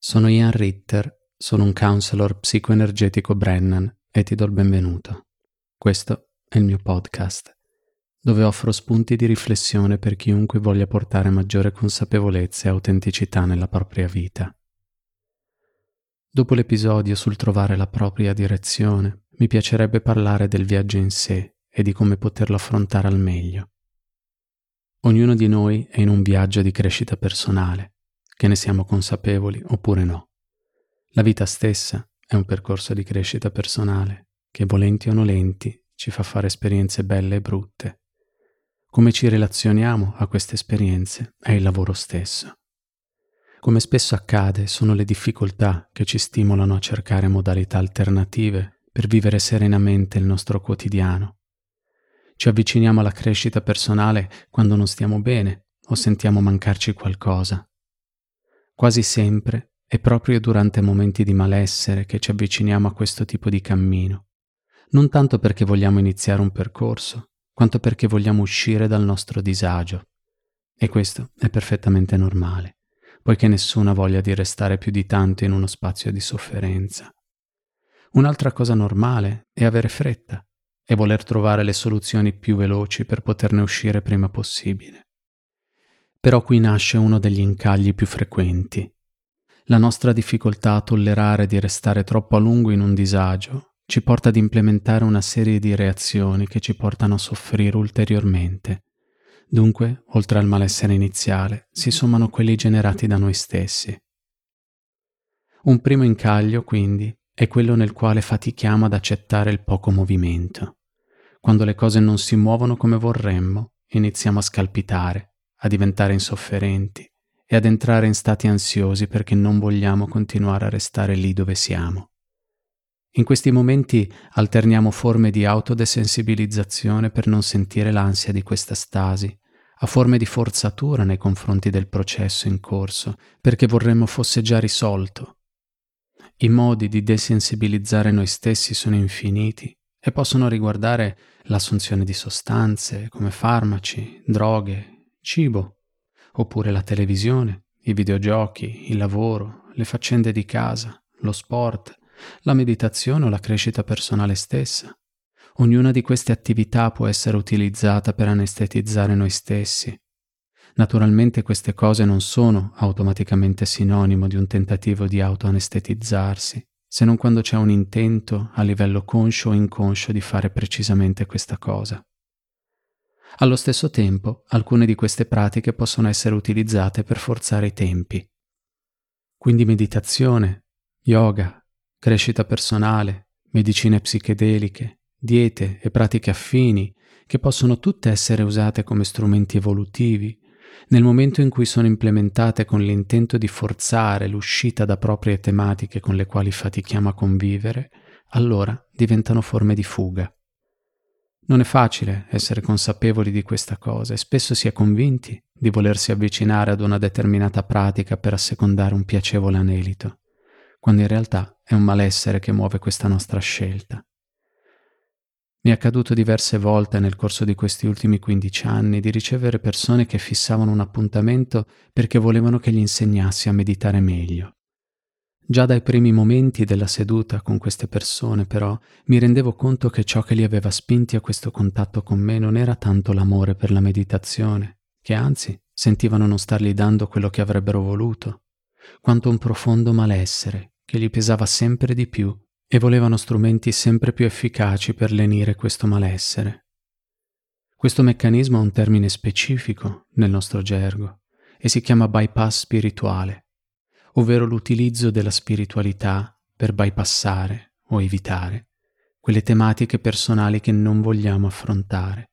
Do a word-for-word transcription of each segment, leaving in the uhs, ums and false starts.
Sono Ian Ritter, sono un counselor psicoenergetico Brennan e ti do il benvenuto. Questo è il mio podcast, dove offro spunti di riflessione per chiunque voglia portare maggiore consapevolezza e autenticità nella propria vita. Dopo l'episodio sul trovare la propria direzione, mi piacerebbe parlare del viaggio in sé e di come poterlo affrontare al meglio. Ognuno di noi è in un viaggio di crescita personale, che ne siamo consapevoli oppure no. La vita stessa è un percorso di crescita personale che, volenti o nolenti, ci fa fare esperienze belle e brutte. Come ci relazioniamo a queste esperienze è il lavoro stesso. Come spesso accade, sono le difficoltà che ci stimolano a cercare modalità alternative per vivere serenamente il nostro quotidiano. Ci avviciniamo alla crescita personale quando non stiamo bene o sentiamo mancarci qualcosa. Quasi sempre è proprio durante momenti di malessere che ci avviciniamo a questo tipo di cammino, non tanto perché vogliamo iniziare un percorso, quanto perché vogliamo uscire dal nostro disagio. E questo è perfettamente normale, poiché nessuno ha voglia di restare più di tanto in uno spazio di sofferenza. Un'altra cosa normale è avere fretta e voler trovare le soluzioni più veloci per poterne uscire prima possibile. Però qui nasce uno degli incagli più frequenti. La nostra difficoltà a tollerare di restare troppo a lungo in un disagio ci porta ad implementare una serie di reazioni che ci portano a soffrire ulteriormente. Dunque, oltre al malessere iniziale, si sommano quelli generati da noi stessi. Un primo incaglio, quindi, è quello nel quale fatichiamo ad accettare il poco movimento. Quando le cose non si muovono come vorremmo, iniziamo a scalpitare, a diventare insofferenti e ad entrare in stati ansiosi perché non vogliamo continuare a restare lì dove siamo. In questi momenti alterniamo forme di autodesensibilizzazione per non sentire l'ansia di questa stasi, a forme di forzatura nei confronti del processo in corso perché vorremmo fosse già risolto. I modi di desensibilizzare noi stessi sono infiniti e possono riguardare l'assunzione di sostanze come farmaci, droghe, cibo, oppure la televisione, i videogiochi, il lavoro, le faccende di casa, lo sport, la meditazione o la crescita personale stessa. Ognuna di queste attività può essere utilizzata per anestetizzare noi stessi. Naturalmente queste cose non sono automaticamente sinonimo di un tentativo di autoanestetizzarsi, se non quando c'è un intento a livello conscio o inconscio di fare precisamente questa cosa. Allo stesso tempo, alcune di queste pratiche possono essere utilizzate per forzare i tempi. Quindi meditazione, yoga, crescita personale, medicine psichedeliche, diete e pratiche affini, che possono tutte essere usate come strumenti evolutivi, nel momento in cui sono implementate con l'intento di forzare l'uscita da proprie tematiche con le quali fatichiamo a convivere, allora diventano forme di fuga. Non è facile essere consapevoli di questa cosa e spesso si è convinti di volersi avvicinare ad una determinata pratica per assecondare un piacevole anelito, quando in realtà è un malessere che muove questa nostra scelta. Mi è accaduto diverse volte nel corso di questi ultimi quindici anni di ricevere persone che fissavano un appuntamento perché volevano che gli insegnassi a meditare meglio. Già dai primi momenti della seduta con queste persone, però, mi rendevo conto che ciò che li aveva spinti a questo contatto con me non era tanto l'amore per la meditazione, che anzi sentivano non stargli dando quello che avrebbero voluto, quanto un profondo malessere che gli pesava sempre di più e volevano strumenti sempre più efficaci per lenire questo malessere. Questo meccanismo ha un termine specifico nel nostro gergo e si chiama bypass spirituale, ovvero l'utilizzo della spiritualità per bypassare o evitare quelle tematiche personali che non vogliamo affrontare.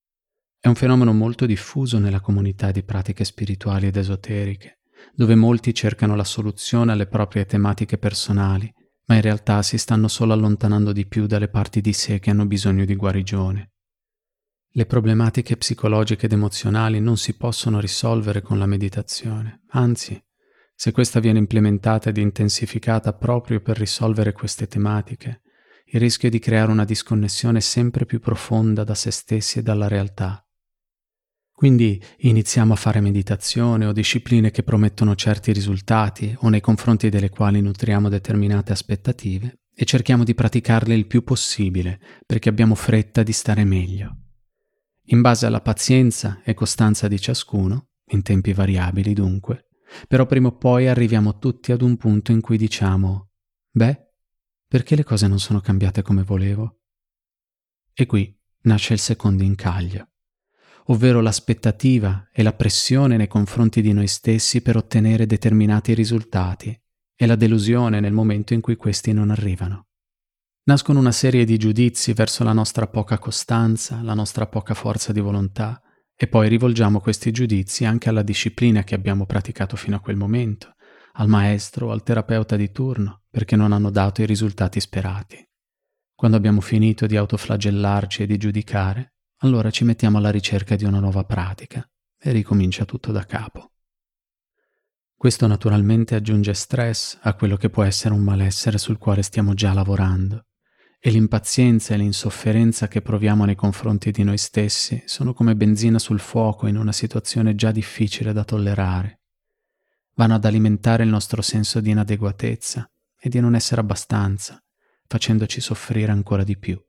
È un fenomeno molto diffuso nella comunità di pratiche spirituali ed esoteriche, dove molti cercano la soluzione alle proprie tematiche personali, ma in realtà si stanno solo allontanando di più dalle parti di sé che hanno bisogno di guarigione. Le problematiche psicologiche ed emozionali non si possono risolvere con la meditazione, anzi, se questa viene implementata ed intensificata proprio per risolvere queste tematiche, il rischio è di creare una disconnessione sempre più profonda da se stessi e dalla realtà. Quindi iniziamo a fare meditazione o discipline che promettono certi risultati o nei confronti delle quali nutriamo determinate aspettative e cerchiamo di praticarle il più possibile perché abbiamo fretta di stare meglio. In base alla pazienza e costanza di ciascuno, in tempi variabili dunque, però prima o poi arriviamo tutti ad un punto in cui diciamo «Beh, perché le cose non sono cambiate come volevo?» E qui nasce il secondo incaglio, ovvero l'aspettativa e la pressione nei confronti di noi stessi per ottenere determinati risultati e la delusione nel momento in cui questi non arrivano. Nascono una serie di giudizi verso la nostra poca costanza, la nostra poca forza di volontà, e poi rivolgiamo questi giudizi anche alla disciplina che abbiamo praticato fino a quel momento, al maestro o al terapeuta di turno, perché non hanno dato i risultati sperati. Quando abbiamo finito di autoflagellarci e di giudicare, allora ci mettiamo alla ricerca di una nuova pratica e ricomincia tutto da capo. Questo naturalmente aggiunge stress a quello che può essere un malessere sul quale stiamo già lavorando, e l'impazienza e l'insofferenza che proviamo nei confronti di noi stessi sono come benzina sul fuoco in una situazione già difficile da tollerare. Vanno ad alimentare il nostro senso di inadeguatezza e di non essere abbastanza, facendoci soffrire ancora di più.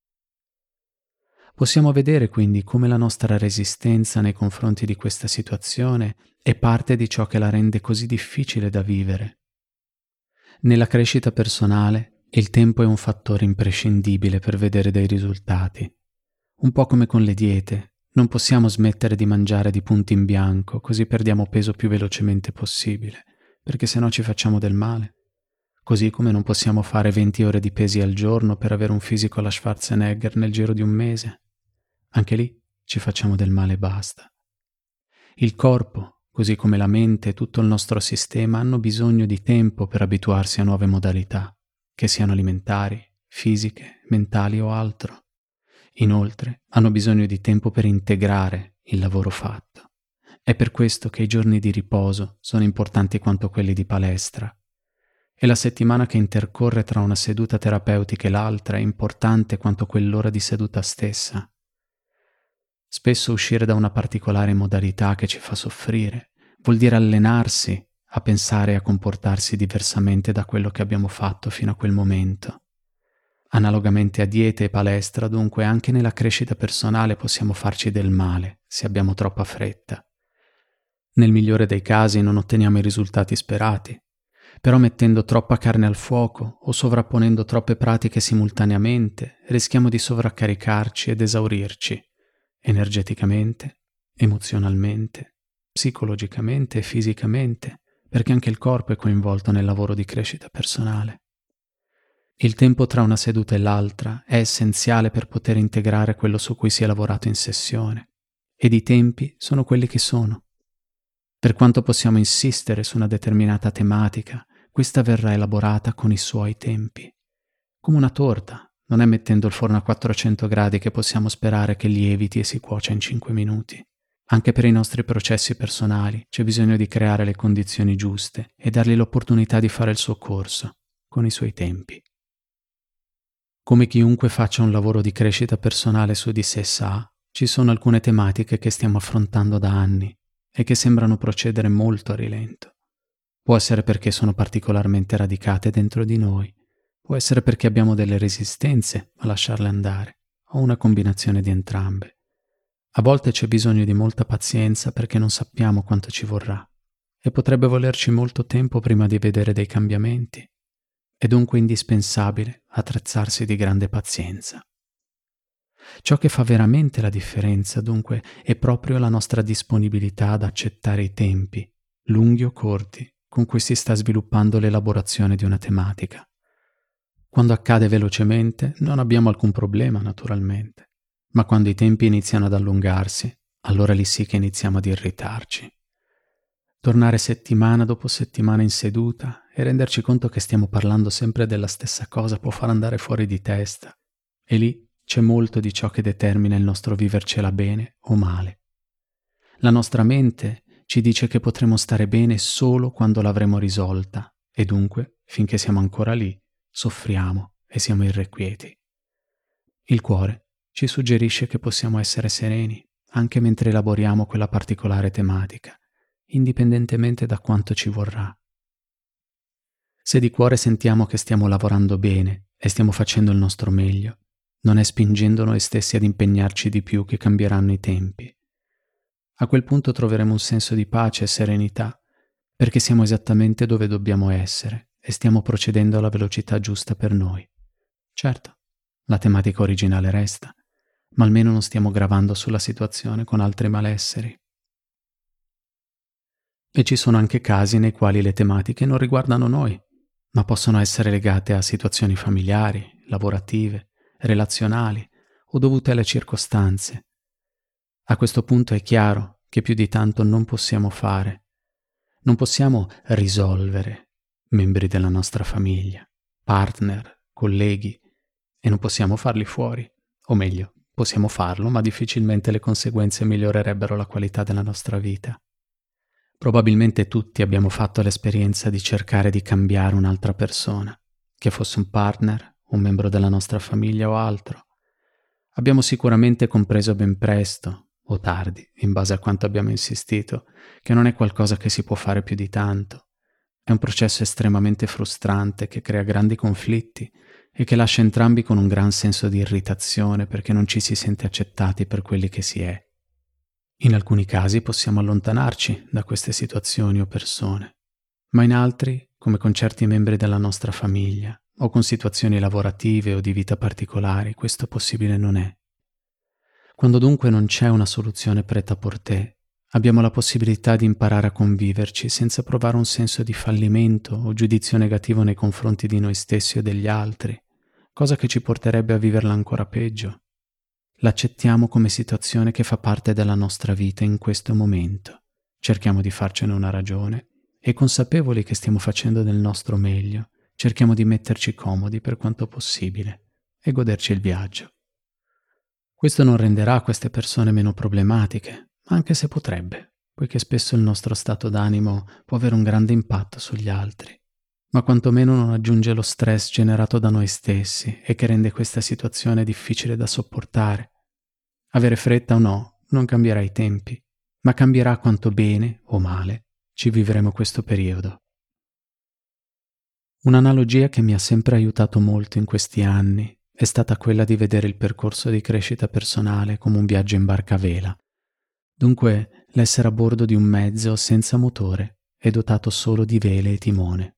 Possiamo vedere quindi come la nostra resistenza nei confronti di questa situazione è parte di ciò che la rende così difficile da vivere. Nella crescita personale, il tempo è un fattore imprescindibile per vedere dei risultati. Un po' come con le diete, non possiamo smettere di mangiare di punto in bianco, così perdiamo peso più velocemente possibile, perché sennò ci facciamo del male. Così come non possiamo fare venti ore di pesi al giorno per avere un fisico alla Schwarzenegger nel giro di un mese. Anche lì ci facciamo del male e basta. Il corpo, così come la mente e tutto il nostro sistema, hanno bisogno di tempo per abituarsi a nuove modalità, che siano alimentari, fisiche, mentali o altro. Inoltre, hanno bisogno di tempo per integrare il lavoro fatto. È per questo che i giorni di riposo sono importanti quanto quelli di palestra. E la settimana che intercorre tra una seduta terapeutica e l'altra è importante quanto quell'ora di seduta stessa. Spesso uscire da una particolare modalità che ci fa soffrire vuol dire allenarsi a pensare e a comportarsi diversamente da quello che abbiamo fatto fino a quel momento. Analogamente a diete e palestra, dunque, anche nella crescita personale possiamo farci del male se abbiamo troppa fretta. Nel migliore dei casi non otteniamo i risultati sperati, però mettendo troppa carne al fuoco o sovrapponendo troppe pratiche simultaneamente rischiamo di sovraccaricarci ed esaurirci, energeticamente, emozionalmente, psicologicamente e fisicamente, perché anche il corpo è coinvolto nel lavoro di crescita personale. Il tempo tra una seduta e l'altra è essenziale per poter integrare quello su cui si è lavorato in sessione, ed i tempi sono quelli che sono. Per quanto possiamo insistere su una determinata tematica, questa verrà elaborata con i suoi tempi. Come una torta, non è mettendo il forno a quattrocento gradi che possiamo sperare che lieviti e si cuocia in cinque minuti. Anche per i nostri processi personali c'è bisogno di creare le condizioni giuste e dargli l'opportunità di fare il suo corso, con i suoi tempi. Come chiunque faccia un lavoro di crescita personale su di sé sa, ci sono alcune tematiche che stiamo affrontando da anni e che sembrano procedere molto a rilento. Può essere perché sono particolarmente radicate dentro di noi, può essere perché abbiamo delle resistenze a lasciarle andare, o una combinazione di entrambe. A volte c'è bisogno di molta pazienza perché non sappiamo quanto ci vorrà, e potrebbe volerci molto tempo prima di vedere dei cambiamenti. È dunque indispensabile attrezzarsi di grande pazienza. Ciò che fa veramente la differenza, dunque, è proprio la nostra disponibilità ad accettare i tempi, lunghi o corti, con cui si sta sviluppando l'elaborazione di una tematica. Quando accade velocemente non abbiamo alcun problema, naturalmente, ma quando i tempi iniziano ad allungarsi, allora lì sì che iniziamo ad irritarci. Tornare settimana dopo settimana in seduta e renderci conto che stiamo parlando sempre della stessa cosa può far andare fuori di testa, e lì c'è molto di ciò che determina il nostro vivercela bene o male. La nostra mente ci dice che potremo stare bene solo quando l'avremo risolta, e dunque, finché siamo ancora lì, soffriamo e siamo irrequieti. Il cuore ci suggerisce che possiamo essere sereni, anche mentre elaboriamo quella particolare tematica, indipendentemente da quanto ci vorrà. Se di cuore sentiamo che stiamo lavorando bene e stiamo facendo il nostro meglio, non è spingendo noi stessi ad impegnarci di più che cambieranno i tempi. A quel punto troveremo un senso di pace e serenità, perché siamo esattamente dove dobbiamo essere e stiamo procedendo alla velocità giusta per noi. Certo, la tematica originale resta, ma almeno non stiamo gravando sulla situazione con altri malesseri. E ci sono anche casi nei quali le tematiche non riguardano noi, ma possono essere legate a situazioni familiari, lavorative, relazionali o dovute alle circostanze. A questo punto è chiaro che più di tanto non possiamo fare. Non possiamo risolvere membri della nostra famiglia, partner, colleghi, e non possiamo farli fuori. O meglio, possiamo farlo, ma difficilmente le conseguenze migliorerebbero la qualità della nostra vita. Probabilmente tutti abbiamo fatto l'esperienza di cercare di cambiare un'altra persona, che fosse un partner, un membro della nostra famiglia o altro. Abbiamo sicuramente compreso ben presto, o tardi, in base a quanto abbiamo insistito, che non è qualcosa che si può fare più di tanto. È un processo estremamente frustrante che crea grandi conflitti e che lascia entrambi con un gran senso di irritazione perché non ci si sente accettati per quelli che si è. In alcuni casi possiamo allontanarci da queste situazioni o persone, ma in altri, come con certi membri della nostra famiglia o con situazioni lavorative o di vita particolari, questo possibile non è. Quando dunque non c'è una soluzione prêt-à-porter, abbiamo la possibilità di imparare a conviverci senza provare un senso di fallimento o giudizio negativo nei confronti di noi stessi o degli altri, cosa che ci porterebbe a viverla ancora peggio. L'accettiamo come situazione che fa parte della nostra vita in questo momento. Cerchiamo di farcene una ragione e, consapevoli che stiamo facendo del nostro meglio, cerchiamo di metterci comodi per quanto possibile e goderci il viaggio. Questo non renderà queste persone meno problematiche, anche se potrebbe, poiché spesso il nostro stato d'animo può avere un grande impatto sugli altri, ma quantomeno non aggiunge lo stress generato da noi stessi e che rende questa situazione difficile da sopportare. Avere fretta o no non cambierà i tempi, ma cambierà quanto bene o male ci vivremo questo periodo. Un'analogia che mi ha sempre aiutato molto in questi anni è stata quella di vedere il percorso di crescita personale come un viaggio in barca a vela. Dunque, l'essere a bordo di un mezzo senza motore e dotato solo di vele e timone.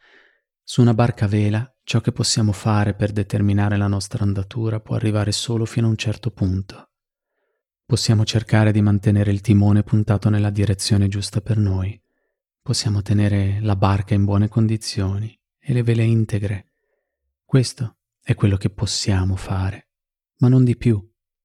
Su una barca a vela, ciò che possiamo fare per determinare la nostra andatura può arrivare solo fino a un certo punto. Possiamo cercare di mantenere il timone puntato nella direzione giusta per noi. Possiamo tenere la barca in buone condizioni e le vele integre. Questo è quello che possiamo fare, ma non di più.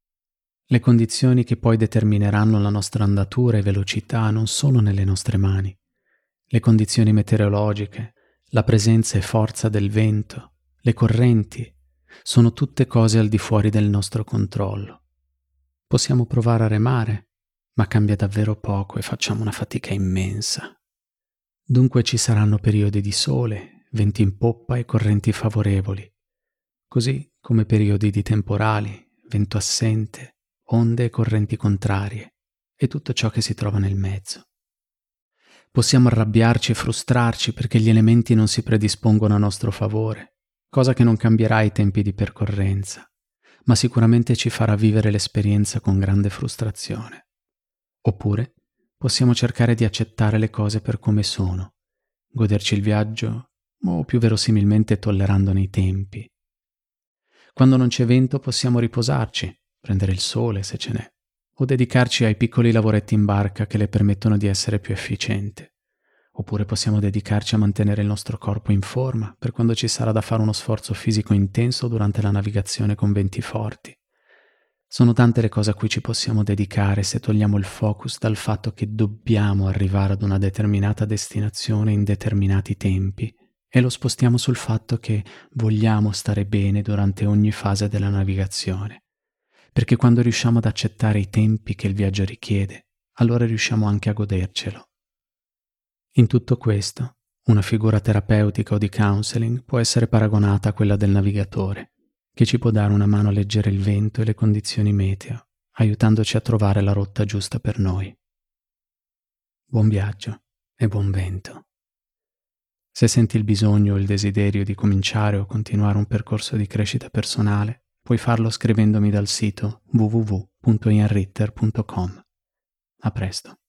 Le condizioni che poi determineranno la nostra andatura e velocità non sono nelle nostre mani. Le condizioni meteorologiche, la presenza e forza del vento, le correnti, sono tutte cose al di fuori del nostro controllo. Possiamo provare a remare, ma cambia davvero poco e facciamo una fatica immensa. Dunque ci saranno periodi di sole, venti in poppa e correnti favorevoli, così come periodi di temporali, vento assente, onde e correnti contrarie, e tutto ciò che si trova nel mezzo. Possiamo arrabbiarci e frustrarci perché gli elementi non si predispongono a nostro favore, cosa che non cambierà i tempi di percorrenza, ma sicuramente ci farà vivere l'esperienza con grande frustrazione. Oppure possiamo cercare di accettare le cose per come sono, goderci il viaggio o più verosimilmente tollerandone i tempi. Quando non c'è vento possiamo riposarci, prendere il sole se ce n'è, o dedicarci ai piccoli lavoretti in barca che le permettono di essere più efficiente. Oppure possiamo dedicarci a mantenere il nostro corpo in forma per quando ci sarà da fare uno sforzo fisico intenso durante la navigazione con venti forti. Sono tante le cose a cui ci possiamo dedicare se togliamo il focus dal fatto che dobbiamo arrivare ad una determinata destinazione in determinati tempi e lo spostiamo sul fatto che vogliamo stare bene durante ogni fase della navigazione. Perché quando riusciamo ad accettare i tempi che il viaggio richiede, allora riusciamo anche a godercelo. In tutto questo, una figura terapeutica o di counseling può essere paragonata a quella del navigatore, che ci può dare una mano a leggere il vento e le condizioni meteo, aiutandoci a trovare la rotta giusta per noi. Buon viaggio e buon vento. Se senti il bisogno o il desiderio di cominciare o continuare un percorso di crescita personale, puoi farlo scrivendomi dal sito w w w punto ian ritter punto com. A presto.